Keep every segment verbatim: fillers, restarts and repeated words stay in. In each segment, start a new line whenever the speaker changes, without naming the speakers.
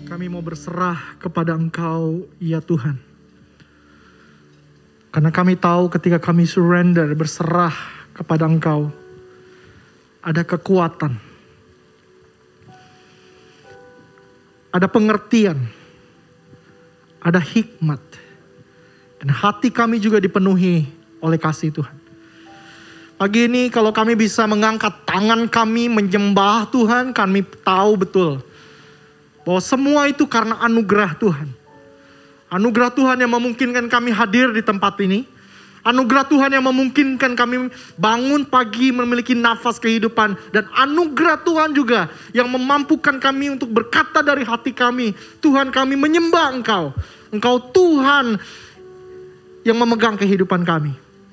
Kami mau berserah kepada Engkau, ya Tuhan. Karena kami tahu ketika kami surrender, berserah kepada Engkau, ada kekuatan, ada pengertian, ada hikmat. Dan hati kami juga dipenuhi oleh kasih Tuhan. Pagi ini kalau kami bisa mengangkat tangan kami menyembah Tuhan, kami tahu betul bahwa semua itu karena anugerah Tuhan. Anugerah Tuhan yang memungkinkan kami hadir di tempat ini. Anugerah Tuhan yang memungkinkan kami bangun pagi memiliki nafas kehidupan. Dan anugerah Tuhan juga yang memampukan kami untuk berkata dari hati kami, Tuhan, kami menyembah Engkau. Engkau Tuhan yang memegang kehidupan kami.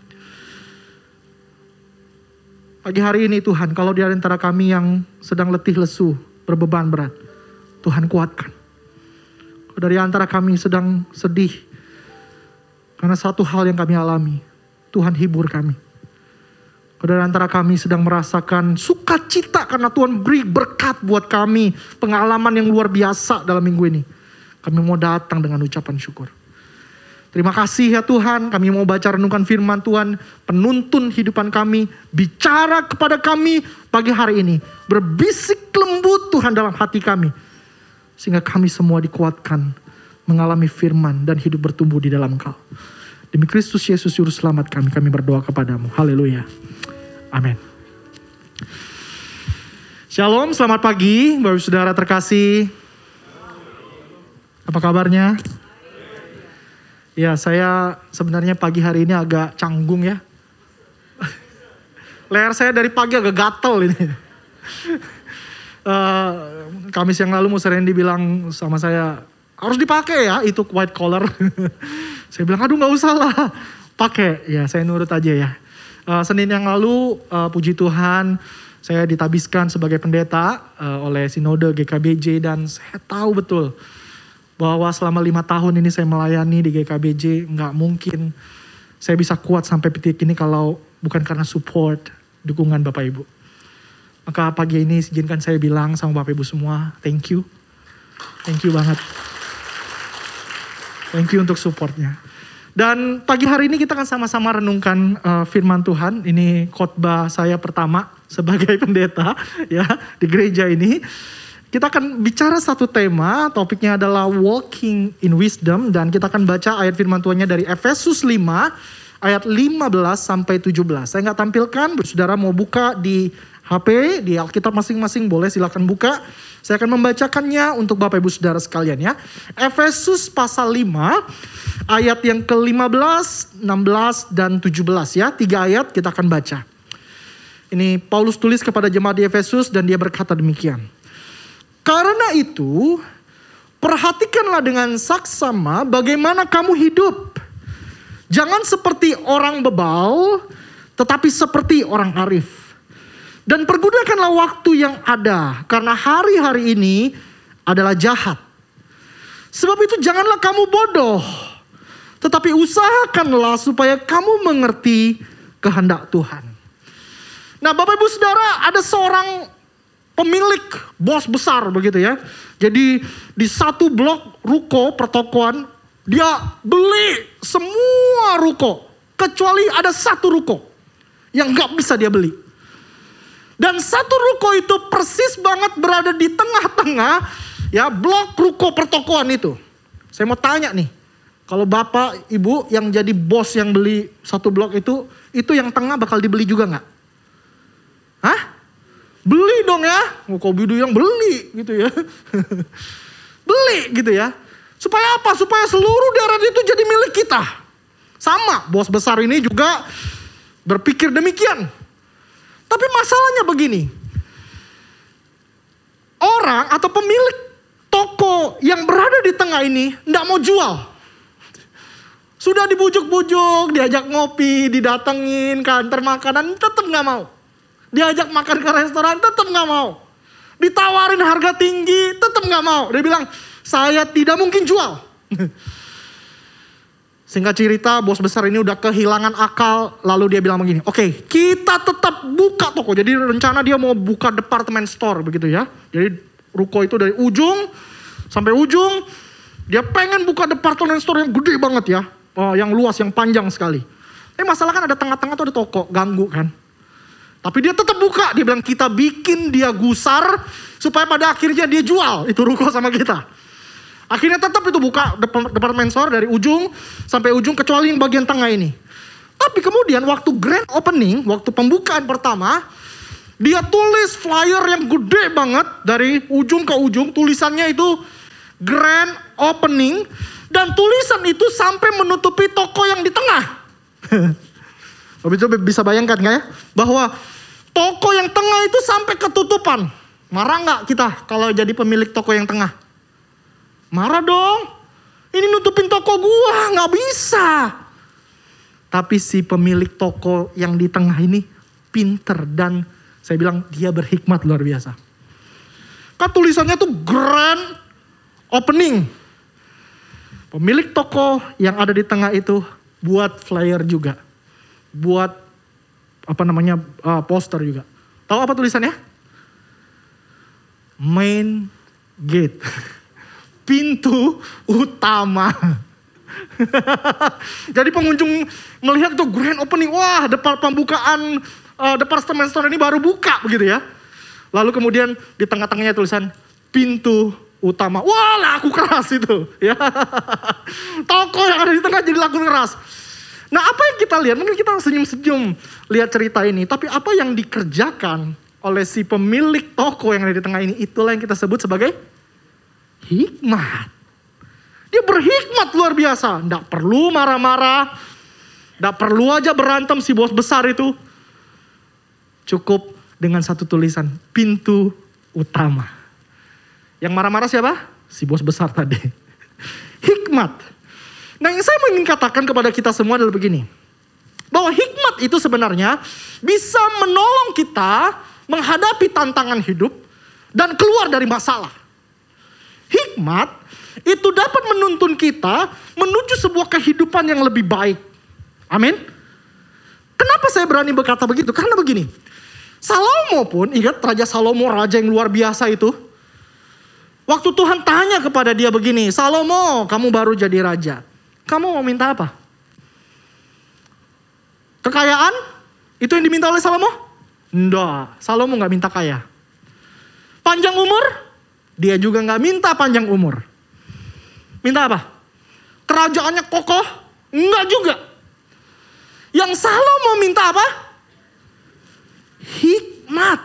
Pagi hari ini Tuhan, kalau di antara kami yang sedang letih lesu, berbeban berat, Tuhan kuatkan. Dari antara kami sedang sedih karena satu hal yang kami alami, Tuhan hibur kami. Dari antara kami sedang merasakan sukacita karena Tuhan beri berkat buat kami, pengalaman yang luar biasa dalam minggu ini. Kami mau datang dengan ucapan syukur. Terima kasih ya Tuhan, kami mau baca renungan firman Tuhan, penuntun hidupan kami, bicara kepada kami pagi hari ini. Berbisik lembut Tuhan dalam hati kami. Sehingga kami semua dikuatkan mengalami firman dan hidup bertumbuh di dalam Engkau. Demi Kristus Yesus Juru Selamat kami, kami berdoa kepadamu. Haleluya. Amin. Shalom, selamat pagi Bapak Saudara terkasih. Apa kabarnya? Ya, saya sebenarnya pagi hari ini agak canggung ya. Leher saya dari pagi agak gatel ini. Uh, Kamis yang lalu Musa Randy bilang sama saya, harus dipakai ya itu white collar. Saya bilang, aduh gak usah lah, pakai. Ya saya nurut aja ya. Uh, Senin yang lalu, uh, puji Tuhan, saya ditabiskan sebagai pendeta uh, oleh Sinode G K B J. Dan saya tahu betul bahwa selama lima tahun ini saya melayani di G K B J, gak mungkin saya bisa kuat sampai titik ini kalau bukan karena support, dukungan Bapak Ibu. Maka pagi ini izinkan saya bilang sama Bapak Ibu semua, thank you. Thank you banget. Thank you untuk supportnya. Dan pagi hari ini kita akan sama-sama renungkan uh, firman Tuhan. Ini khotbah saya pertama sebagai pendeta ya di gereja ini. Kita akan bicara satu tema, topiknya adalah walking in wisdom. Dan kita akan baca ayat firman Tuhannya dari Efesus lima, ayat lima belas sampai tujuh belas. Saya nggak tampilkan, saudara mau buka di H P, di Alkitab masing-masing boleh silakan buka. Saya akan membacakannya untuk Bapak Ibu Saudara sekalian ya. Efesus pasal lima, ayat yang ke lima belas, enam belas, dan tujuh belas ya. Tiga ayat kita akan baca. Ini Paulus tulis kepada jemaat di Efesus dan dia berkata demikian. Karena itu, perhatikanlah dengan saksama bagaimana kamu hidup. Jangan seperti orang bebal, tetapi seperti orang arif. Dan pergunakanlah waktu yang ada, karena hari-hari ini adalah jahat. Sebab itu janganlah kamu bodoh, tetapi usahakanlah supaya kamu mengerti kehendak Tuhan. Nah Bapak Ibu Saudara, ada seorang pemilik bos besar begitu ya. Jadi di satu blok ruko pertokoan, dia beli semua ruko. Kecuali ada satu ruko yang gak bisa dia beli. Dan satu ruko itu persis banget berada di tengah-tengah ya blok ruko pertokoan itu. Saya mau tanya nih, kalau Bapak Ibu yang jadi bos yang beli satu blok itu, itu yang tengah bakal dibeli juga nggak? Hah? Beli dong ya? Kok bidu yang beli gitu ya? Beli gitu ya? Supaya apa? Supaya seluruh daerah itu jadi milik kita. Sama, bos besar ini juga berpikir demikian. Tapi masalahnya begini, orang atau pemilik toko yang berada di tengah ini tidak mau jual. Sudah dibujuk-bujuk, diajak ngopi, didatengin ke antar makanan, tetap nggak mau. Diajak makan ke restoran, tetap nggak mau. Ditawarin harga tinggi, tetap nggak mau. Dia bilang, saya tidak mungkin jual. Singkat cerita, bos besar ini udah kehilangan akal. Lalu dia bilang begini, oke okay, kita tetap buka toko. Jadi rencana dia mau buka department store begitu ya. Jadi ruko itu dari ujung sampai ujung. Dia pengen buka department store yang gede banget ya. Oh, yang luas, yang panjang sekali. Tapi masalah kan ada tengah-tengah tuh ada toko, ganggu kan. Tapi dia tetap buka, dia bilang kita bikin dia gusar supaya pada akhirnya dia jual itu ruko sama kita. Akhirnya tetap itu buka department store dari ujung sampai ujung kecuali yang bagian tengah ini. Tapi kemudian waktu grand opening, waktu pembukaan pertama, dia tulis flyer yang gede banget dari ujung ke ujung, tulisannya itu grand opening dan tulisan itu sampai menutupi toko yang di tengah. Bisa bayangkan gak ya? Bahwa toko yang tengah itu sampai ketutupan. Marah gak kita kalau jadi pemilik toko yang tengah? Marah dong. Ini nutupin toko gua, gak bisa. Tapi si pemilik toko yang di tengah ini pinter dan saya bilang dia berhikmat luar biasa. Kan tulisannya tuh grand opening. Pemilik toko yang ada di tengah itu buat flyer juga. Buat apa namanya uh, poster juga. Tahu apa tulisannya? Main gate. Pintu utama. Jadi pengunjung melihat itu grand opening. Wah, depan pembukaan uh, department store ini baru buka begitu ya. Lalu kemudian di tengah-tengahnya tulisan pintu utama. Wah, laku keras itu. Ya. Toko yang ada di tengah jadi laku keras. Nah, apa yang kita lihat? Mungkin kita senyum-senyum lihat cerita ini. Tapi apa yang dikerjakan oleh si pemilik toko yang ada di tengah ini, itulah yang kita sebut sebagai hikmat. Dia berhikmat luar biasa. Nggak perlu marah-marah. Nggak perlu aja berantem si bos besar itu. Cukup dengan satu tulisan, pintu utama. Yang marah-marah siapa? Si bos besar tadi. Hikmat. Nah, yang saya ingin katakan kepada kita semua adalah begini. Bahwa hikmat itu sebenarnya bisa menolong kita menghadapi tantangan hidup dan keluar dari masalah. Hikmat itu dapat menuntun kita menuju sebuah kehidupan yang lebih baik. Amin. Kenapa saya berani berkata begitu? Karena begini. Salomo pun, ingat Raja Salomo, raja yang luar biasa itu. Waktu Tuhan tanya kepada dia begini, Salomo, kamu baru jadi raja. Kamu mau minta apa? Kekayaan? Itu yang diminta oleh Salomo? Enggak, Salomo gak minta kaya. Panjang umur? Dia juga gak minta panjang umur. Minta apa? Kerajaannya kokoh? Enggak juga. Yang Salomo minta apa? Hikmat.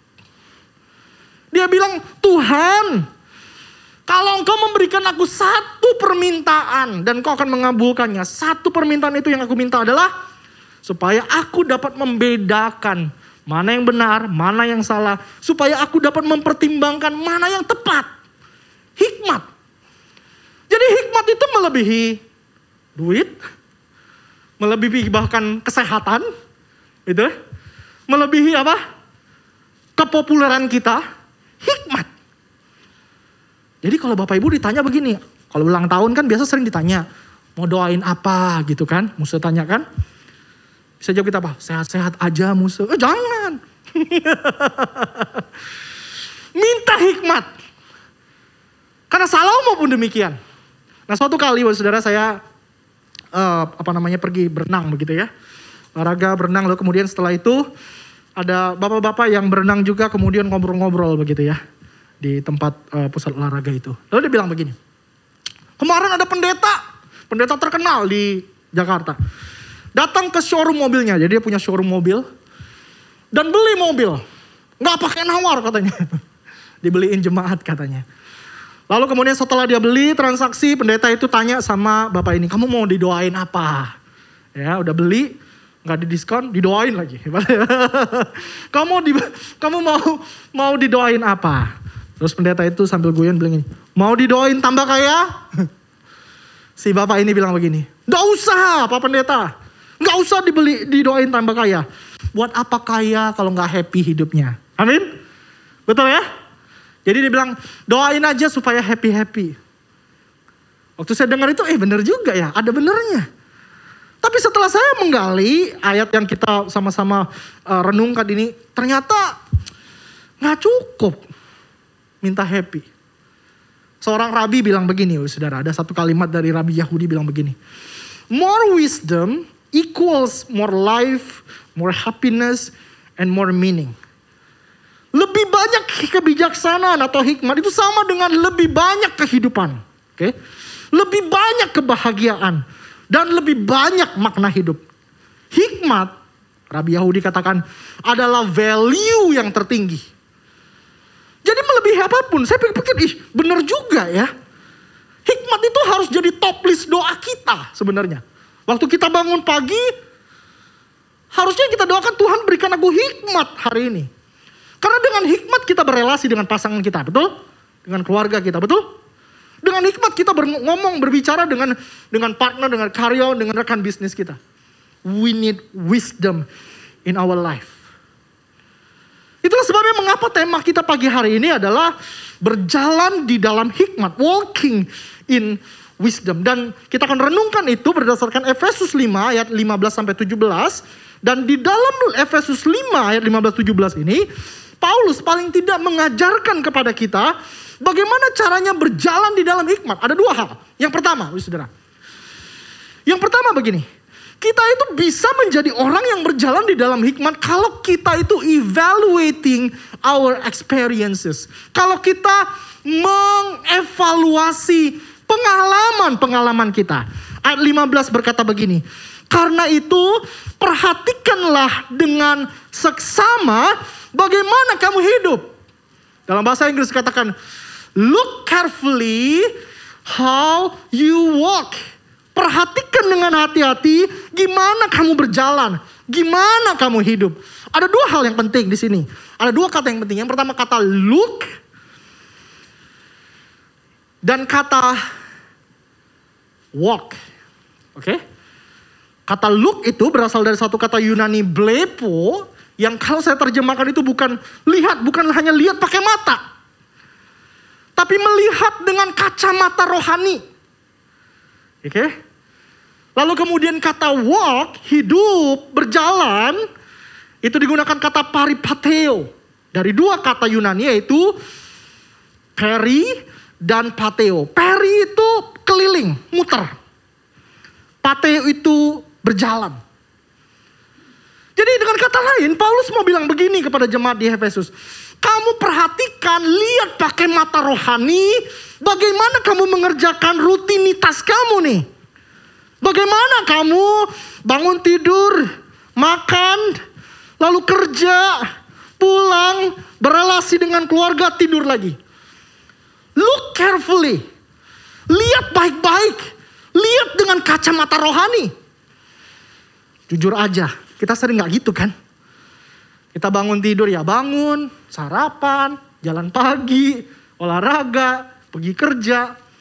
Dia bilang, Tuhan, kalau engkau memberikan aku satu permintaan dan kau akan mengabulkannya. Satu permintaan itu yang aku minta adalah supaya aku dapat membedakan mana yang benar, mana yang salah. Supaya aku dapat mempertimbangkan mana yang tepat. Hikmat. Jadi hikmat itu melebihi duit. Melebihi bahkan kesehatan. Gitu. Melebihi apa? Kepopuleran kita. Hikmat. Jadi kalau Bapak Ibu ditanya begini, kalau ulang tahun kan biasa sering ditanya, mau doain apa gitu kan, musuh tanya kan. Bisa jawab kita apa? Sehat-sehat aja musuh. Eh jangan. Minta hikmat. Karena Salomo pun demikian. Nah suatu kali saudara saya uh, apa namanya pergi berenang begitu ya. Olahraga berenang lalu kemudian setelah itu ada bapak-bapak yang berenang juga kemudian ngobrol-ngobrol begitu ya. Di tempat uh, pusat olahraga itu. Lalu dia bilang begini. Kemarin ada pendeta. Pendeta terkenal di Jakarta. Datang ke showroom mobilnya. Jadi dia punya showroom mobil. Dan beli mobil. Nggak pakai nawar katanya. Dibeliin jemaat katanya. Lalu kemudian setelah dia beli transaksi. Pendeta itu tanya sama bapak ini. Kamu mau didoain apa? Ya udah beli. Nggak didiskon. Didoain lagi. kamu di, kamu mau mau didoain apa? Terus pendeta itu sambil guyon bilang gini, mau didoain tambah kaya? Si bapak ini bilang begini, gak usah Pak Pendeta, gak usah dibeli, didoain tambah kaya. Buat apa kaya kalau gak happy hidupnya? Amin? Betul ya? Jadi dia bilang, doain aja supaya happy-happy. Waktu saya dengar itu, eh bener juga ya, ada benernya. Tapi setelah saya menggali ayat yang kita sama-sama uh, renungkan ini, ternyata gak cukup minta happy. Seorang rabi bilang begini, oh, saudara, ada satu kalimat dari rabi Yahudi bilang begini. More wisdom equals more life, more happiness, and more meaning. Lebih banyak kebijaksanaan atau hikmat itu sama dengan lebih banyak kehidupan. Oke? Okay? Lebih banyak kebahagiaan dan lebih banyak makna hidup. Hikmat, Rabi Yahudi katakan, adalah value yang tertinggi. Jadi melebihi apapun. Saya pikir, ih benar juga ya. Hikmat itu harus jadi top list doa kita sebenarnya. Waktu kita bangun pagi, harusnya kita doakan Tuhan berikan aku hikmat hari ini. Karena dengan hikmat kita berrelasi dengan pasangan kita, betul? Dengan keluarga kita, betul? Dengan hikmat kita ngomong, berbicara dengan dengan partner, dengan karyawan, dengan rekan bisnis kita. We need wisdom in our life. Itulah sebabnya mengapa tema kita pagi hari ini adalah berjalan di dalam hikmat, walking in wisdom. Dan kita akan renungkan itu berdasarkan Efesus lima ayat lima belas sampai tujuh belas. Dan di dalam Efesus lima ayat lima belas tujuh belas ini, Paulus paling tidak mengajarkan kepada kita bagaimana caranya berjalan di dalam hikmat. Ada dua hal. Yang pertama, saudara. Yang pertama begini. Kita itu bisa menjadi orang yang berjalan di dalam hikmat kalau kita itu evaluating our experiences. Kalau kita mengevaluasi pengalaman-pengalaman kita. Ayat lima belas berkata begini. Karena itu perhatikanlah dengan seksama bagaimana kamu hidup. Dalam bahasa Inggris katakan, look carefully how you walk. Perhatikan dengan hati-hati gimana kamu berjalan, gimana kamu hidup. Ada dua hal yang penting di sini. Ada dua kata yang penting. Yang pertama kata look dan kata walk. Oke? Okay? Kata look itu berasal dari satu kata Yunani blepo yang kalau saya terjemahkan itu bukan lihat, bukan hanya lihat pakai mata. Tapi melihat dengan kacamata rohani. Oke? Okay? Lalu kemudian kata walk, hidup, berjalan, itu digunakan kata paripateo. Dari dua kata Yunani yaitu peri dan pateo. Peri itu keliling, muter. Pateo itu berjalan. Jadi dengan kata lain, Paulus mau bilang begini kepada jemaat di Efesus. Kamu perhatikan, lihat pakai mata rohani, bagaimana kamu mengerjakan rutinitas kamu nih. Bagaimana kamu bangun tidur, makan, lalu kerja, pulang, berelasi dengan keluarga, tidur lagi. Look carefully. Lihat baik-baik. Lihat dengan kacamata rohani. Jujur aja, kita sering gak gitu kan? Kita bangun tidur ya bangun, sarapan, jalan pagi, olahraga, pergi kerja.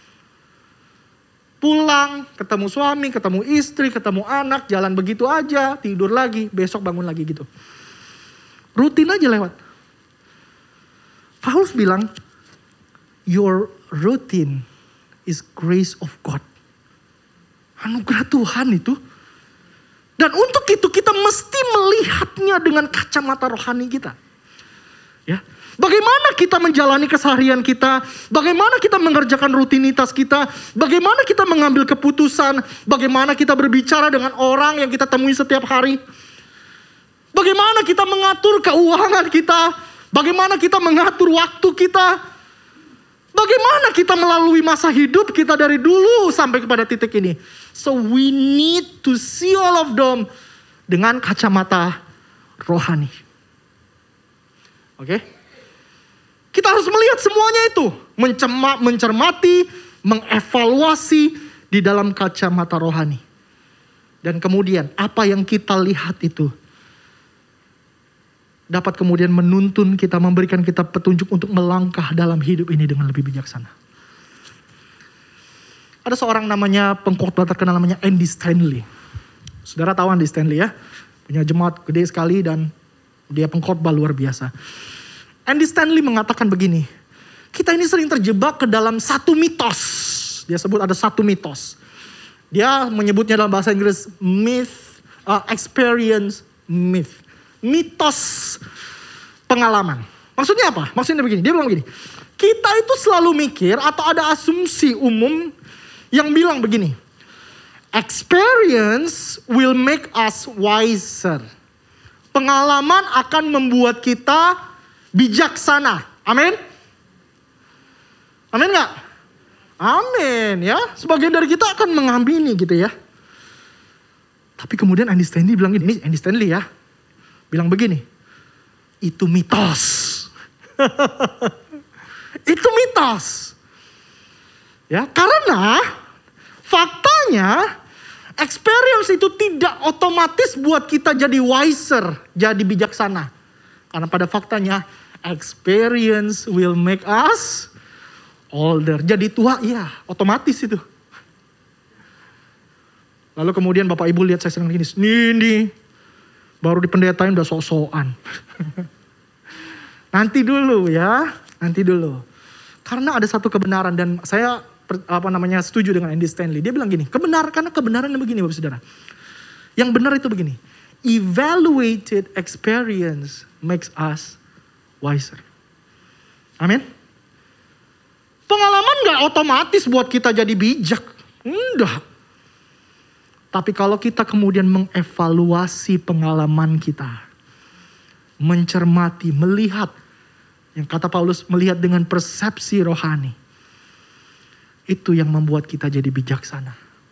Pulang, ketemu suami, ketemu istri, ketemu anak, jalan begitu aja, tidur lagi, besok bangun lagi gitu. Rutin aja lewat. Paulus bilang, your routine is grace of God. Anugerah Tuhan itu. Dan untuk itu kita mesti melihatnya dengan kacamata rohani kita. Ya. Bagaimana kita menjalani keseharian kita, bagaimana kita mengerjakan rutinitas kita, bagaimana kita mengambil keputusan, bagaimana kita berbicara dengan orang yang kita temui setiap hari. Bagaimana kita mengatur keuangan kita, bagaimana kita mengatur waktu kita. Bagaimana kita melalui masa hidup kita dari dulu sampai kepada titik ini. So we need to see all of them dengan kacamata rohani. Oke? Okay? Kita harus melihat semuanya itu. Mencerma, mencermati, mengevaluasi di dalam kacamata rohani. Dan kemudian apa yang kita lihat itu dapat kemudian menuntun kita, memberikan kita petunjuk untuk melangkah dalam hidup ini dengan lebih bijaksana. Ada seorang namanya pengkhotbah terkenal namanya Andy Stanley. Saudara tahu Andy Stanley ya? Punya jemaat gede sekali dan dia pengkhotbah luar biasa. Andy Stanley mengatakan begini, kita ini sering terjebak ke dalam satu mitos. Dia sebut ada satu mitos. Dia menyebutnya dalam bahasa Inggris myth, uh, experience myth. Mitos pengalaman. Maksudnya apa? Maksudnya begini, dia bilang begini. Kita itu selalu mikir atau ada asumsi umum yang bilang begini. Experience will make us wiser. Pengalaman akan membuat kita bijaksana. Amin? Amin gak? Amin ya. Sebagian dari kita akan mengamini gitu ya. Tapi kemudian Andy Stanley bilang gini. Ini Andy Stanley ya. Bilang begini. Itu mitos. Itu mitos. Ya, karena faktanya experience itu tidak otomatis buat kita jadi wiser, jadi bijaksana. Karena pada faktanya experience will make us older. Jadi tua, iya, otomatis itu. Lalu kemudian Bapak Ibu lihat saya sedang gini, nih, nih, baru dipendetain udah sok-sokan. Nanti dulu ya, nanti dulu. Karena ada satu kebenaran dan saya apa namanya setuju dengan Andy Stanley. Dia bilang gini, kebenar karena kebenarannya begini Bapak Saudara. Yang benar itu begini, evaluated experience makes us wiser. Amin. Pengalaman gak otomatis buat kita jadi bijak. Enggak. Tapi kalau kita kemudian mengevaluasi pengalaman kita. Mencermati, melihat. Yang kata Paulus melihat dengan persepsi rohani. Itu yang membuat kita jadi bijaksana.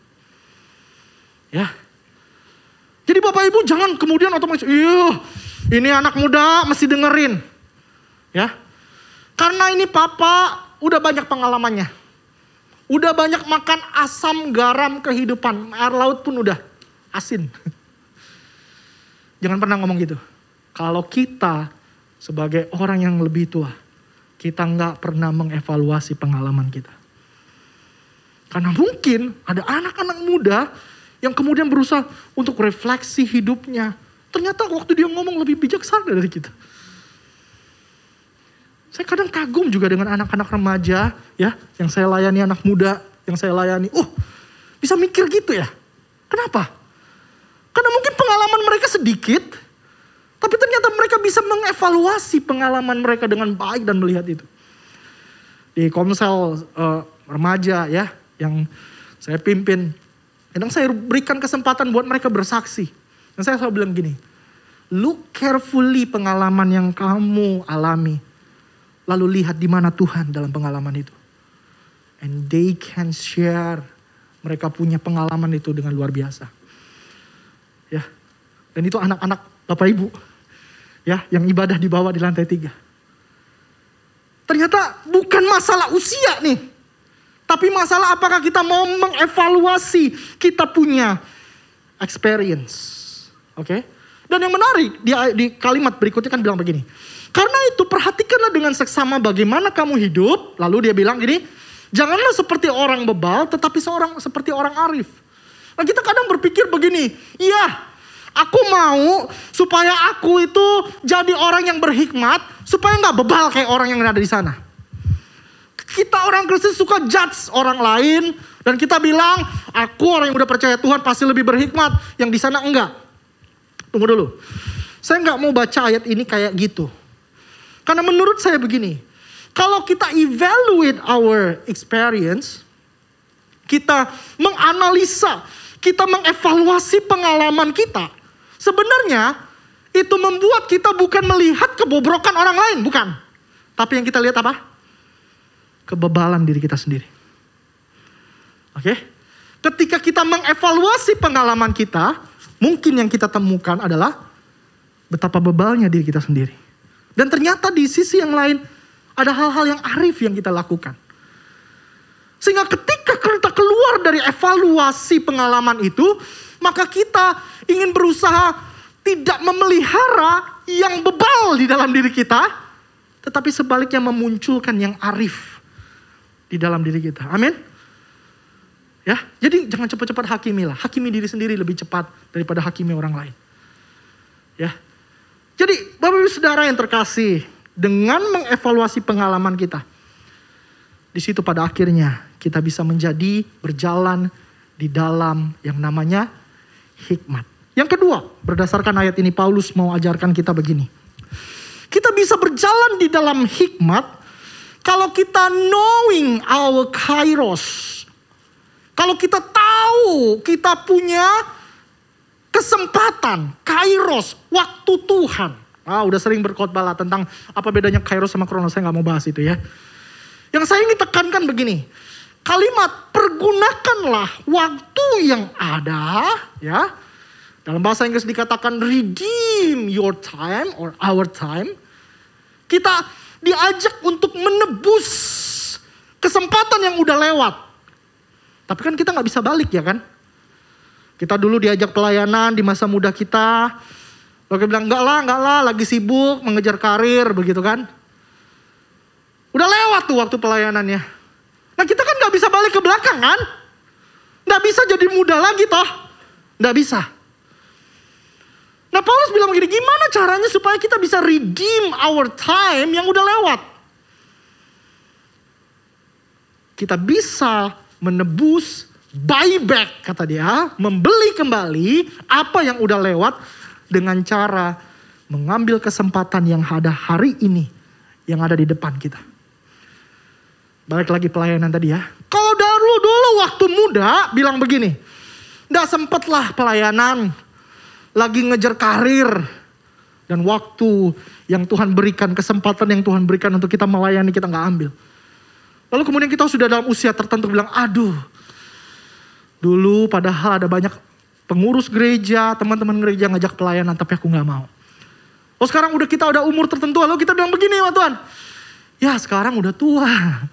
Ya. Jadi Bapak Ibu jangan kemudian otomatis. Iya ini anak muda mesti dengerin. Ya. Karena ini papa udah banyak pengalamannya. Udah banyak makan asam garam kehidupan. Air laut pun udah asin. Jangan pernah ngomong gitu. Kalau kita sebagai orang yang lebih tua. Kita nggak pernah mengevaluasi pengalaman kita. Karena mungkin ada anak-anak muda yang kemudian berusaha untuk refleksi hidupnya. Ternyata waktu dia ngomong lebih bijaksana dari kita. Saya kadang kagum juga dengan anak-anak remaja ya, yang saya layani anak muda, yang saya layani. Oh, bisa mikir gitu ya. Kenapa? Karena mungkin pengalaman mereka sedikit, tapi ternyata mereka bisa mengevaluasi pengalaman mereka dengan baik dan melihat itu. Di komsel uh, remaja ya, yang saya pimpin, kadang saya berikan kesempatan buat mereka bersaksi. Dan saya selalu bilang gini, look carefully pengalaman yang kamu alami. Lalu lihat di mana Tuhan dalam pengalaman itu. And they can share. Mereka punya pengalaman itu dengan luar biasa. Ya. Dan itu anak-anak Bapak Ibu. Ya, yang ibadah di bawah di lantai tiga. Ternyata bukan masalah usia nih. Tapi masalah apakah kita mau mengevaluasi kita punya experience. Oke. Okay? Dan yang menarik di, di kalimat berikutnya kan bilang begini. Karena itu perhatikanlah dengan seksama bagaimana kamu hidup. Lalu dia bilang gini, janganlah seperti orang bebal tetapi seorang seperti orang arif. Nah kita kadang berpikir begini, iya aku mau supaya aku itu jadi orang yang berhikmat. Supaya gak bebal kayak orang yang ada di sana. Kita orang Kristen suka judge orang lain. Dan kita bilang, aku orang yang udah percaya Tuhan pasti lebih berhikmat. Yang di sana enggak. Tunggu dulu. Saya gak mau baca ayat ini kayak gitu. Karena menurut saya begini, kalau kita evaluate our experience, kita menganalisa, kita mengevaluasi pengalaman kita, sebenarnya itu membuat kita bukan melihat kebobrokan orang lain, bukan. Tapi yang kita lihat apa? Kebebalan diri kita sendiri. Oke? Ketika kita mengevaluasi pengalaman kita, mungkin yang kita temukan adalah betapa bebalnya diri kita sendiri. Dan ternyata di sisi yang lain ada hal-hal yang arif yang kita lakukan. Sehingga ketika kita keluar dari evaluasi pengalaman itu, maka kita ingin berusaha tidak memelihara yang bebal di dalam diri kita, tetapi sebaliknya memunculkan yang arif di dalam diri kita. Amin. Ya, jadi jangan cepat-cepat hakimilah. Hakimi diri sendiri lebih cepat daripada hakimi orang lain. Ya. Jadi Bapak Ibu Saudara yang terkasih, dengan mengevaluasi pengalaman kita, di situ pada akhirnya kita bisa menjadi berjalan di dalam yang namanya hikmat. Yang kedua, berdasarkan ayat ini Paulus mau ajarkan kita begini. Kita bisa berjalan di dalam hikmat Kalau kita knowing our kairos, kalau kita tahu kita punya kesempatan, kairos, waktu Tuhan. Ah, udah sering berkhotbah lah tentang apa bedanya kairos sama kronos, saya gak mau bahas itu ya. Yang saya ingin tekankan begini, kalimat pergunakanlah waktu yang ada, ya. Dalam bahasa Inggris dikatakan redeem your time or our time. Kita diajak untuk menebus kesempatan yang udah lewat. Tapi kan kita gak bisa balik ya kan. Kita dulu diajak pelayanan di masa muda kita. Lalu kita bilang enggak lah, enggak lah, lagi sibuk mengejar karir begitu kan. Udah lewat tuh waktu pelayanannya. Nah kita kan gak bisa balik ke belakang kan. Gak bisa jadi muda lagi toh. Gak bisa. Nah Paulus bilang begini, gimana caranya supaya kita bisa redeem our time yang udah lewat? Kita bisa menebus, buyback kata dia, membeli kembali apa yang udah lewat dengan cara mengambil kesempatan yang ada hari ini, yang ada di depan kita. Balik lagi pelayanan tadi ya. Kalau dulu dulu waktu muda bilang begini, nggak sempet lah pelayanan. Lagi ngejar karir dan waktu yang Tuhan berikan, kesempatan yang Tuhan berikan untuk kita melayani, kita nggak ambil. Lalu kemudian kita sudah dalam usia tertentu bilang, aduh, dulu padahal ada banyak pengurus gereja, teman-teman gereja ngajak pelayanan, tapi aku nggak mau. Oh sekarang udah kita udah umur tertentu, lalu kita bilang begini ya Tuhan, ya sekarang udah tua,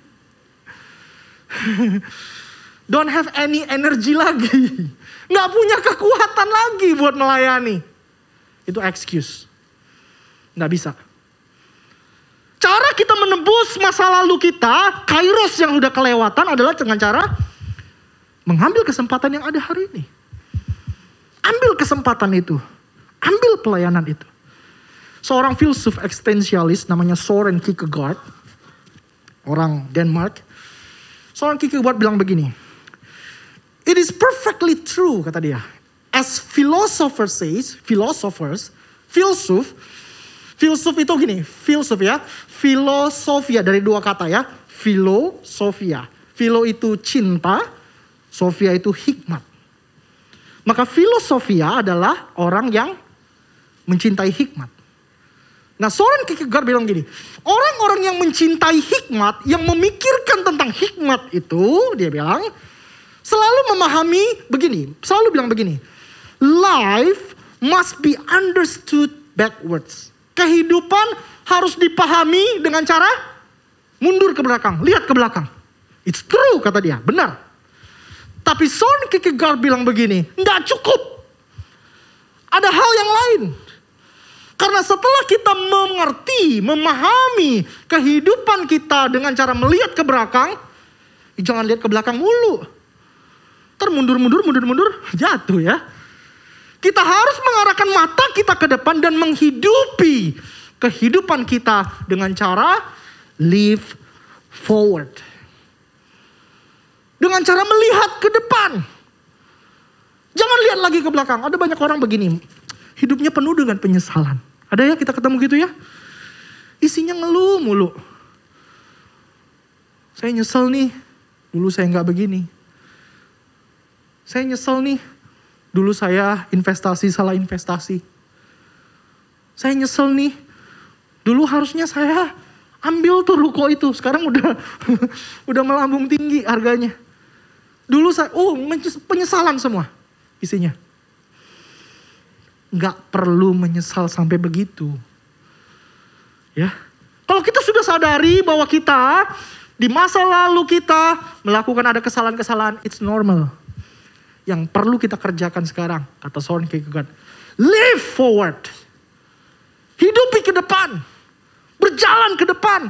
don't have any energy lagi. Gak punya kekuatan lagi buat melayani. Itu excuse. Gak bisa. Cara kita menebus masa lalu kita, kairos yang udah kelewatan adalah dengan cara mengambil kesempatan yang ada hari ini. Ambil kesempatan itu. Ambil pelayanan itu. Seorang filsuf eksistensialis namanya Søren Kierkegaard. Orang Denmark. Søren Kierkegaard bilang begini. It is perfectly true, kata dia. As philosophers says, philosophers, filsuf, filsuf itu gini, filsuf ya, filosofia dari dua kata ya, filosofia. Philo itu cinta, sofia itu hikmat. Maka filosofia adalah orang yang mencintai hikmat. Nah Søren Kierkegaard bilang gini, orang-orang yang mencintai hikmat, yang memikirkan tentang hikmat itu, dia bilang, selalu memahami begini, selalu bilang begini. Life must be understood backwards. Kehidupan harus dipahami dengan cara mundur ke belakang, lihat ke belakang. It's true kata dia, benar. Tapi Søren Kierkegaard bilang begini, enggak cukup. Ada hal yang lain. Karena setelah kita mengerti, memahami kehidupan kita dengan cara melihat ke belakang, jangan lihat ke belakang mulu. Ntar mundur-mundur, mundur-mundur, jatuh ya. Kita harus mengarahkan mata kita ke depan dan menghidupi kehidupan kita dengan cara live forward. Dengan cara melihat ke depan. Jangan lihat lagi ke belakang. Ada banyak orang begini, hidupnya penuh dengan penyesalan. Ada ya kita ketemu gitu ya. Isinya ngeluh mulu. Saya nyesel nih, dulu saya gak begini. Saya nyesel nih, dulu saya investasi, salah investasi. Saya nyesel nih, dulu harusnya saya ambil tuh ruko itu. Sekarang udah udah melambung tinggi harganya. Dulu saya, oh penyesalan semua isinya. Gak perlu menyesal sampai begitu. Ya, kalau kita sudah sadari bahwa kita di masa lalu kita melakukan ada kesalahan-kesalahan, it's normal. Yang perlu kita kerjakan sekarang, kata Søren Kierkegaard, live forward. Hidupi ke depan. Berjalan ke depan.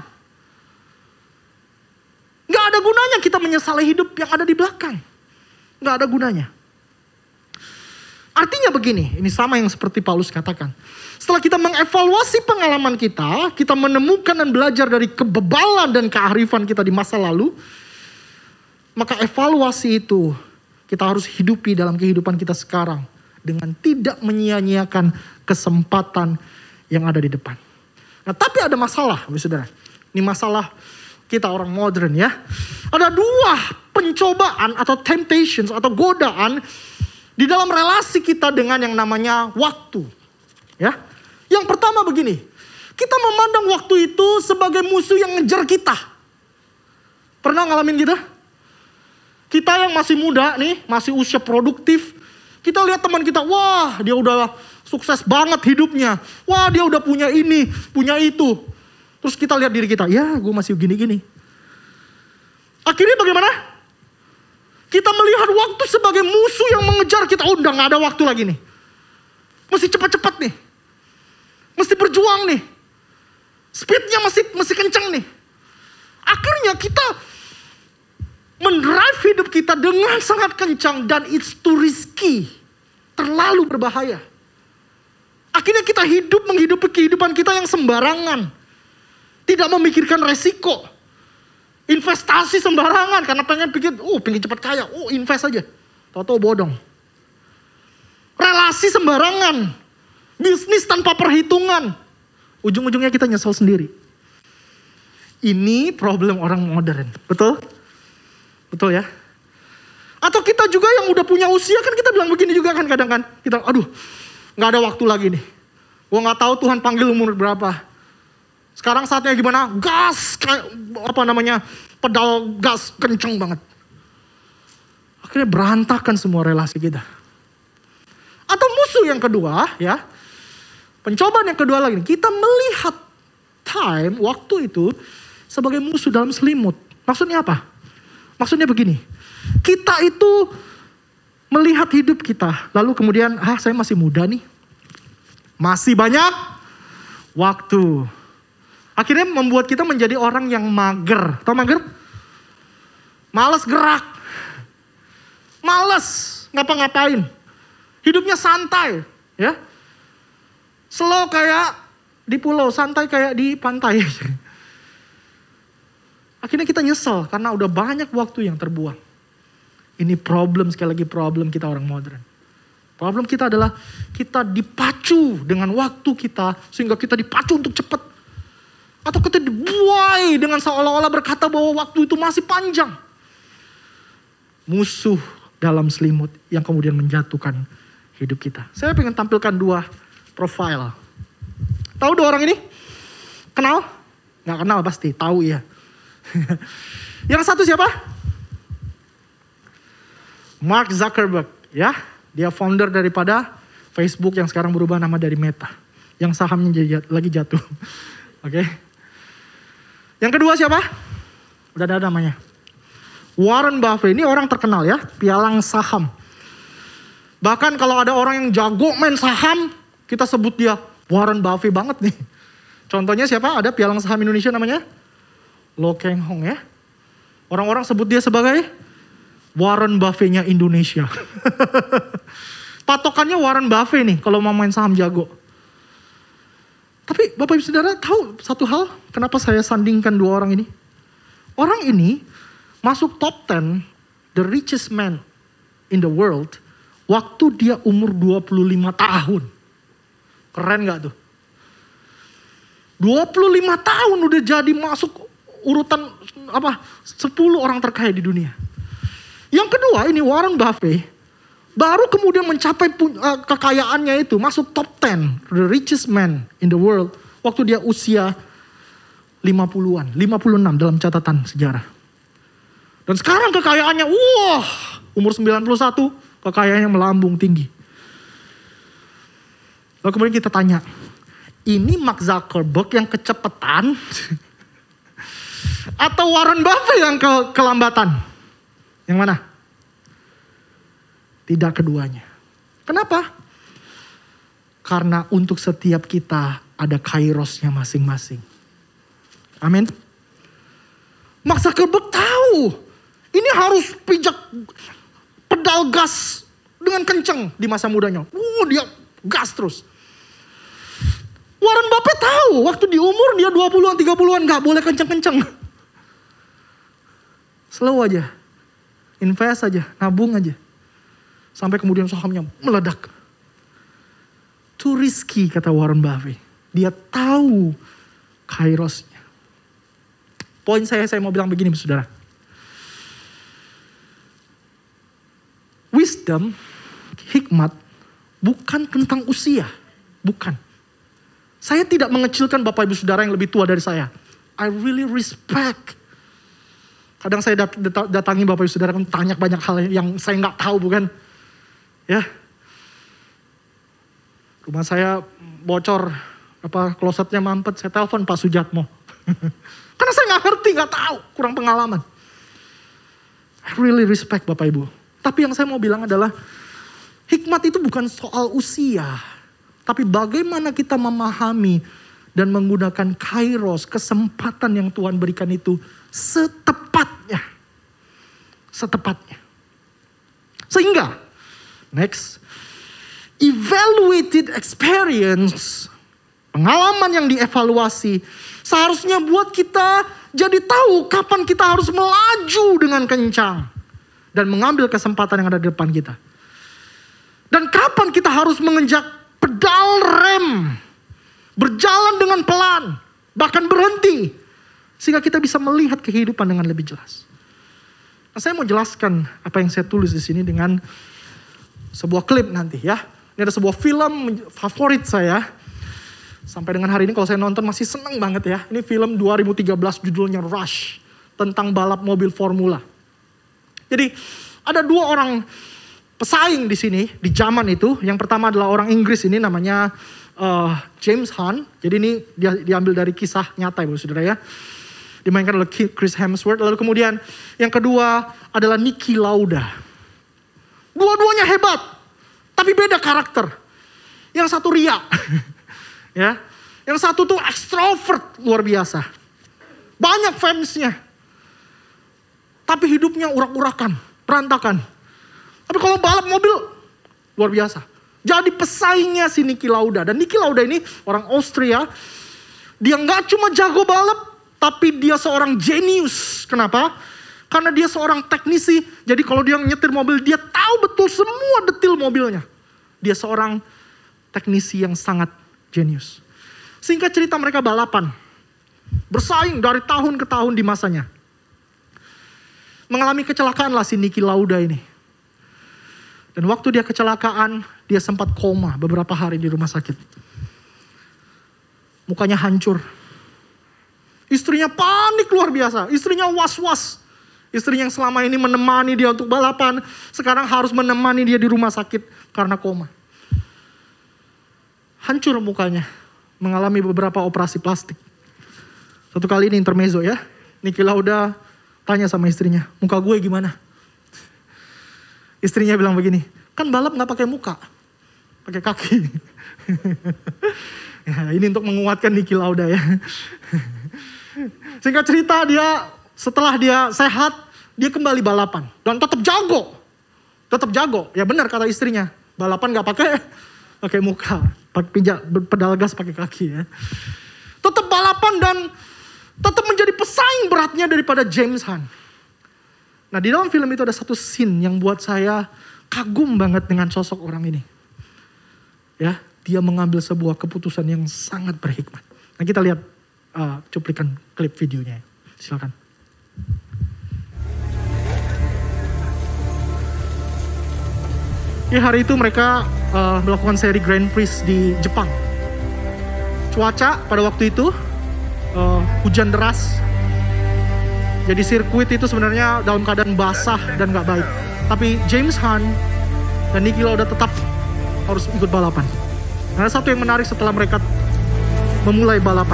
Gak ada gunanya kita menyesali hidup yang ada di belakang. Gak ada gunanya. Artinya begini, ini sama yang seperti Paulus katakan. Setelah kita mengevaluasi pengalaman kita, kita menemukan dan belajar dari kebebalan dan kearifan kita di masa lalu, maka evaluasi itu kita harus hidupi dalam kehidupan kita sekarang dengan tidak menyia-nyiakan kesempatan yang ada di depan. Nah, tapi ada masalah, saudara. Ini masalah kita orang modern ya. Ada dua pencobaan atau temptations atau godaan di dalam relasi kita dengan yang namanya waktu. Ya. Yang pertama begini, kita memandang waktu itu sebagai musuh yang ngejar kita. Pernah ngalamin gitu? Kita yang masih muda nih, masih usia produktif, kita lihat teman kita, wah dia udah sukses banget hidupnya. Wah dia udah punya ini, punya itu. Terus kita lihat diri kita, ya gue masih gini-gini. Akhirnya bagaimana? Kita melihat waktu sebagai musuh yang mengejar kita. Oh udah gak ada waktu lagi nih. Mesti cepat-cepat nih. Mesti berjuang nih. Speednya masih, masih kencang nih. Akhirnya kita mendrive hidup kita dengan sangat kencang. Dan it's too risky. Terlalu berbahaya. Akhirnya kita hidup menghidupi kehidupan kita yang sembarangan. Tidak memikirkan resiko. Investasi sembarangan karena pengen pikir, oh pengen cepat kaya, oh invest aja. Tahu-tahu bodong. Relasi sembarangan. Bisnis tanpa perhitungan. Ujung-ujungnya kita nyesel sendiri. Ini problem orang modern. Betul? Betul ya? Atau kita juga yang udah punya usia kan kita bilang begini juga kan kadang kan. Kita aduh gak ada waktu lagi nih. Gua gak tahu Tuhan panggil umur berapa. Sekarang saatnya gimana? Gas, kayak apa namanya, pedal gas kenceng banget. Akhirnya berantakan semua relasi kita. Atau musuh yang kedua, ya, pencobaan yang kedua lagi, kita melihat time, waktu itu sebagai musuh dalam selimut. Maksudnya apa? Maksudnya begini, kita itu melihat hidup kita, lalu kemudian, ah saya masih muda nih, masih banyak waktu. Akhirnya membuat kita menjadi orang yang mager. Tahu mager? Males gerak. Males ngapa-ngapain. Hidupnya santai. Ya. Slow kayak di pulau, santai kayak di pantai. Akhirnya kita nyesel karena udah banyak waktu yang terbuang. Ini problem, sekali lagi problem kita orang modern. Problem kita adalah kita dipacu dengan waktu kita sehingga kita dipacu untuk cepat. Atau kita dibuai dengan seolah-olah berkata bahwa waktu itu masih panjang. Musuh dalam selimut yang kemudian menjatuhkan hidup kita. Saya pengen tampilkan dua profil. Tahu dua orang ini? Kenal? Gak kenal pasti, tahu ya. Yang satu siapa? Mark Zuckerberg. Ya, dia founder daripada Facebook yang sekarang berubah nama dari Meta. Yang sahamnya lagi jatuh. Oke. Okay. Yang kedua siapa? Udah ada namanya. Warren Buffett, ini orang terkenal ya, pialang saham. Bahkan kalau ada orang yang jago main saham, kita sebut dia Warren Buffett banget nih. Contohnya siapa? Ada pialang saham Indonesia namanya Lo Keng Hong ya. Orang-orang sebut dia sebagai Warren Buffett-nya Indonesia. Patokannya Warren Buffett nih kalau mau main saham jago. Tapi Bapak Ibu Saudara tahu satu hal, kenapa saya sandingkan dua orang ini? Orang ini masuk top ten the richest man in the world waktu dia umur dua puluh lima tahun. Keren gak tuh? dua puluh lima tahun udah jadi masuk urutan apa sepuluh orang terkaya di dunia. Yang kedua ini Warren Buffett baru kemudian mencapai uh, kekayaannya itu masuk top ten the richest man in the world waktu dia usia lima puluhan, lima puluh enam dalam catatan sejarah. Dan sekarang kekayaannya wah, umur sembilan puluh satu kekayaannya melambung tinggi. Lalu kemudian kita tanya, ini Mark Zuckerberg yang kecepatan atau Warren Buffett yang ke kelambatan? Yang mana? Tidak keduanya. Kenapa? Karena untuk setiap kita ada kairosnya masing-masing. Amin. Mark Zuckerberg tahu. Ini harus pijak pedal gas dengan kenceng di masa mudanya. Uh, dia gas terus. Warren Buffett tahu. Waktu di umur dia dua puluhan, tiga puluhan gak boleh kenceng-kenceng. Slow aja. Invest aja, nabung aja. Sampai kemudian sahamnya meledak. Too risky kata Warren Buffett. Dia tahu kairosnya. Poin saya, saya mau bilang begini saudara. Wisdom, hikmat, bukan tentang usia. Bukan. Saya tidak mengecilkan Bapak Ibu Saudara yang lebih tua dari saya. I really respect. Kadang saya dat- dat- datangi Bapak Ibu Saudara, kan tanya banyak hal yang saya nggak tahu, bukan? Ya. Rumah saya bocor, apa klosetnya mampet, saya telepon Pak Sujatmo. Karena saya nggak ngerti, nggak tahu, kurang pengalaman. I really respect Bapak Ibu. Tapi yang saya mau bilang adalah, hikmat itu bukan soal usia. Tapi bagaimana kita memahami dan menggunakan kairos, kesempatan yang Tuhan berikan itu setepatnya. Setepatnya. Sehingga, next, evaluated experience, pengalaman yang dievaluasi, seharusnya buat kita jadi tahu kapan kita harus melaju dengan kencang. Dan mengambil kesempatan yang ada di depan kita. Dan kapan kita harus menginjak pedal rem. Berjalan dengan pelan. Bahkan berhenti. Sehingga kita bisa melihat kehidupan dengan lebih jelas. Nah, saya mau jelaskan apa yang saya tulis di sini dengan sebuah klip nanti ya. Ini ada sebuah film favorit saya. Sampai dengan hari ini kalau saya nonton masih seneng banget ya. Ini film dua ribu tiga belas judulnya Rush. Tentang balap mobil formula. Jadi ada dua orang pesaing di sini di zaman itu. Yang pertama adalah orang Inggris ini namanya uh, James Hunt. Jadi ini dia diambil dari kisah nyata Ibu Saudara ya. Dimainkan oleh Chris Hemsworth. Lalu kemudian yang kedua adalah Niki Lauda. Dua-duanya hebat, tapi beda karakter. Yang satu ria, ya. Yang satu tuh extrovert luar biasa. Banyak fansnya. Tapi hidupnya urak-urakan, berantakan. Tapi kalau balap mobil, luar biasa. Jadi pesaingnya si Niki Lauda. Dan Niki Lauda ini orang Austria. Dia nggak cuma jago balap, tapi dia seorang jenius. Kenapa? Karena dia seorang teknisi. Jadi kalau dia nyetir mobil, dia tahu betul semua detil mobilnya. Dia seorang teknisi yang sangat jenius. Singkat cerita mereka balapan. Bersaing dari tahun ke tahun di masanya. Mengalami kecelakaan lah si Niki Lauda ini. Dan waktu dia kecelakaan, dia sempat koma beberapa hari di rumah sakit. Mukanya hancur. Istrinya panik luar biasa. Istrinya was-was. Istri yang selama ini menemani dia untuk balapan, sekarang harus menemani dia di rumah sakit karena koma. Hancur mukanya. Mengalami beberapa operasi plastik. Satu kali ini intermezzo ya. Niki Lauda tanya sama istrinya, muka gue gimana? Istrinya bilang begini, kan balap gak pakai muka, pakai kaki. Ya, ini untuk menguatkan Niki Lauda ya. Singkat cerita dia, setelah dia sehat, dia kembali balapan. Dan tetap jago. Tetap jago, ya benar kata istrinya. Balapan gak pakai pakai muka, pakai pijak, pedal gas pakai kaki ya. Tetap balapan dan tetap menjadi pesaing beratnya daripada James Hunt. Nah di dalam film itu ada satu scene yang buat saya kagum banget dengan sosok orang ini. Ya, dia mengambil sebuah keputusan yang sangat berhikmat. Nah kita lihat uh, cuplikan klip videonya. Silakan. Ya hari itu mereka uh, melakukan seri Grand Prix di Jepang. Cuaca pada waktu itu Uh, hujan deras. Jadi sirkuit itu sebenarnya dalam keadaan basah dan gak baik. Tapi James Hunt dan Niki Lauda tetap harus ikut balapan. Ada satu yang menarik setelah mereka memulai balapan.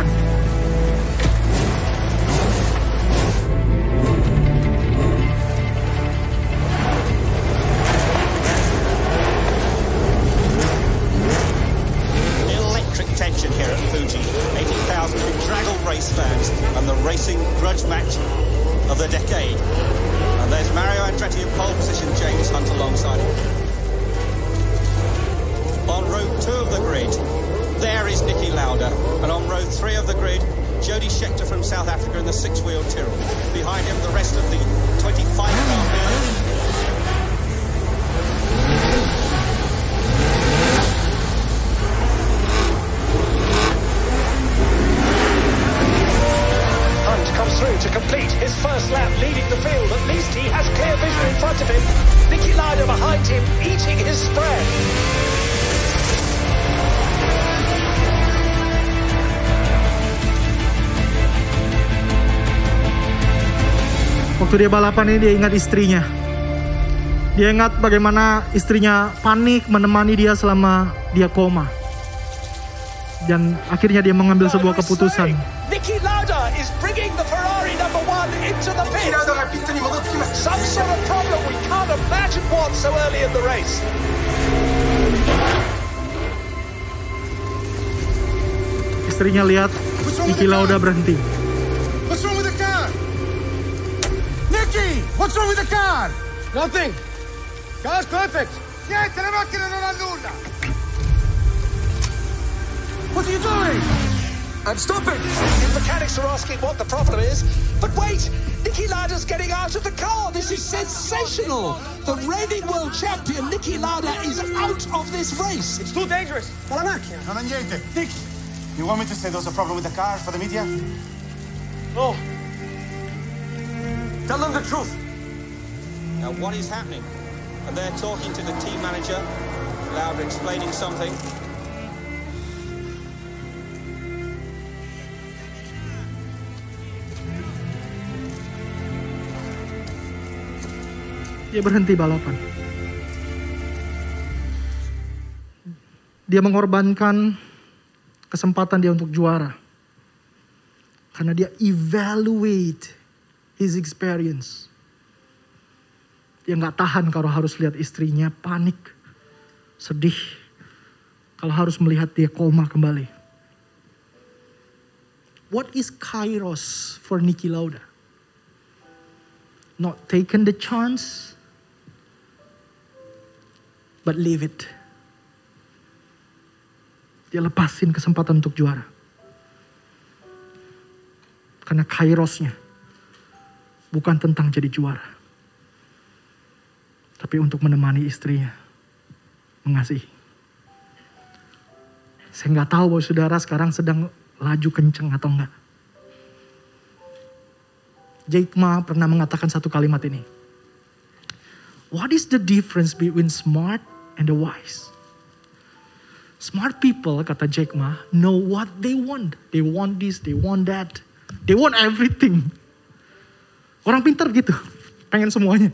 Race fans and the racing grudge match of the decade. And there's Mario Andretti in pole position, James Hunt alongside him. On row two of the grid, there is Niki Lauda. And on row three of the grid, Jody Scheckter from South Africa in the six-wheel Tyrrell. Behind him, the rest of the twenty-five car field.
Through to rider behind him eating his spread.
Waktu dia balapan ini dia ingat istrinya. Dia ingat bagaimana istrinya panik menemani dia selama dia koma. Dan akhirnya dia mengambil sebuah keputusan.
Niki Lauda is bringing the Ferrari number one into the pit. Some sort of problem we can't imagine what so early in the race.
Istrinya lihat Niki Lauda berhenti.
What's wrong with the car? Nicky, what's wrong with the car? Nothing. Car's perfect. Niente, la macchina non ha nulla. What are you doing?
I'm stopping. The mechanics are asking what the problem is. But wait, Niki Lauda's getting out of the car. This is sensational. The reigning world champion, Niki Lauda, is out of this race.
It's too dangerous. Ma la macchina? Non ha niente. Nick, you want me to say there's a problem with the car for the media?
No. Tell them the truth.
Now, what is happening? And they're talking to the team manager, Lauda explaining something.
Dia berhenti balapan. Dia mengorbankan kesempatan dia untuk juara. Karena dia evaluate his experience. Dia nggak tahan kalau harus lihat istrinya panik, sedih. Kalau harus melihat dia koma kembali. What is Kairos for Niki Lauda? Not taken the chance, but leave it. Dia lepasin kesempatan untuk juara. Karena kairosnya bukan tentang jadi juara. Tapi untuk menemani istrinya. Mengasihi. Saya nggak tahu bahwa saudara sekarang sedang laju kenceng atau enggak. Jack Ma pernah mengatakan satu kalimat ini. What is the difference between smart and the wise? Smart people, kata Jack Ma, know what they want. They want this, they want that. They want everything. Orang pintar gitu, pengen semuanya.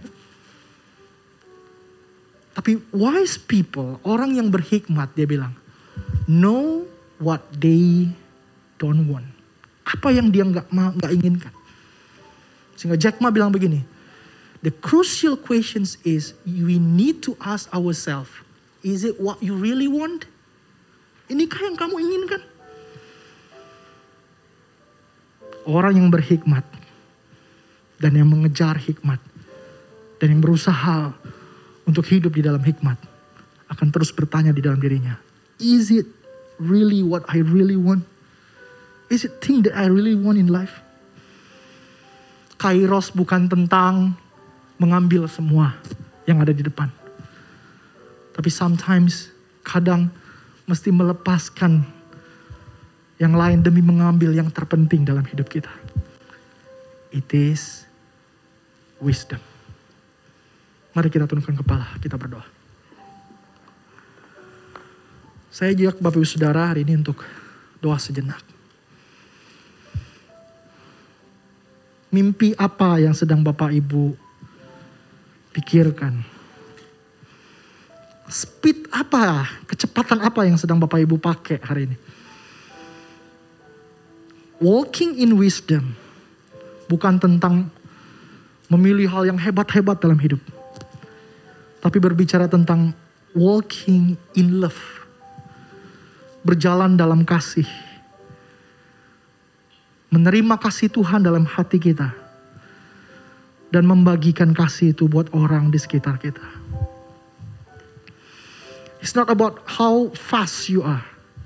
Tapi wise people, orang yang berhikmat, dia bilang, know what they don't want. Apa yang dia nggak mau, nggak inginkan. Sehingga Jack Ma bilang begini, the crucial questions is we need to ask ourselves, is it what you really want? Inikah yang kamu inginkan? Orang yang berhikmat dan yang mengejar hikmat dan yang berusaha untuk hidup di dalam hikmat akan terus bertanya di dalam dirinya, is it really what I really want? Is it thing that I really want in life? Kairos bukan tentang mengambil semua yang ada di depan. Tapi sometimes, kadang mesti melepaskan yang lain demi mengambil yang terpenting dalam hidup kita. It is wisdom. Mari kita tundukkan kepala, kita berdoa. Saya ajak Bapak Ibu Saudara hari ini untuk doa sejenak. Mimpi apa yang sedang Bapak Ibu pikirkan? Speed apa, kecepatan apa yang sedang Bapak Ibu pakai hari ini? Walking in wisdom bukan tentang memilih hal yang hebat-hebat dalam hidup. Tapi berbicara tentang walking in love. Berjalan dalam kasih. Menerima kasih Tuhan dalam hati kita. Dan membagikan kasih itu buat orang di sekitar kita. It's not about how fast you are.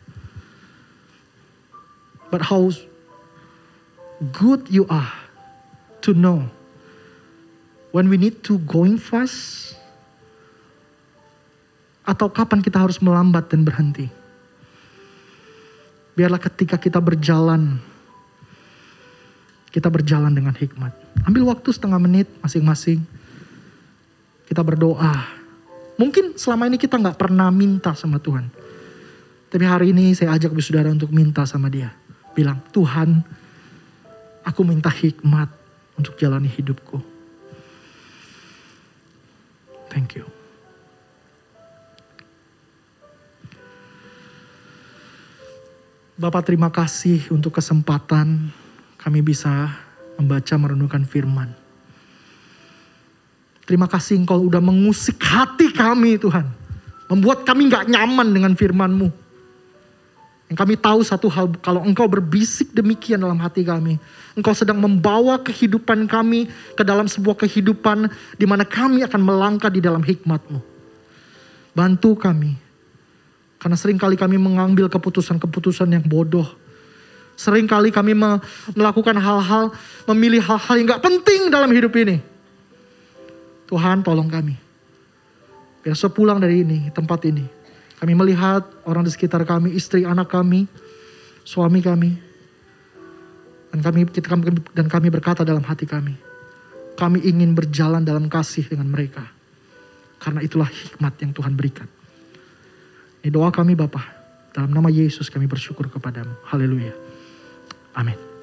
But how good you are to know when we need to going fast. Atau kapan kita harus melambat dan berhenti. Biarlah ketika kita berjalan, kita berjalan dengan hikmat. Ambil waktu setengah menit masing-masing. Kita berdoa Mungkin selama ini kita gak pernah minta sama Tuhan. Tapi hari ini saya ajak saudara untuk minta sama dia. Bilang, Tuhan, aku minta hikmat untuk jalani hidupku. Thank you. Bapak, terima kasih untuk kesempatan kami bisa membaca merenungkan firman. Terima kasih Engkau udah mengusik hati kami Tuhan. Membuat kami gak nyaman dengan firman-Mu. Yang kami tahu satu hal, kalau Engkau berbisik demikian dalam hati kami, Engkau sedang membawa kehidupan kami ke dalam sebuah kehidupan di mana kami akan melangkah di dalam hikmat-Mu. Bantu kami. Karena seringkali kami mengambil keputusan-keputusan yang bodoh. Seringkali kami melakukan hal-hal, memilih hal-hal yang gak penting dalam hidup ini. Tuhan tolong kami. Biar sepulang dari ini, tempat ini, kami melihat orang di sekitar kami, istri, anak kami, suami kami. Dan kami, kita, dan kami berkata dalam hati kami, kami ingin berjalan dalam kasih dengan mereka. Karena itulah hikmat yang Tuhan berikan. Ini doa kami Bapa. Dalam nama Yesus kami bersyukur kepadamu. Haleluya. Amin.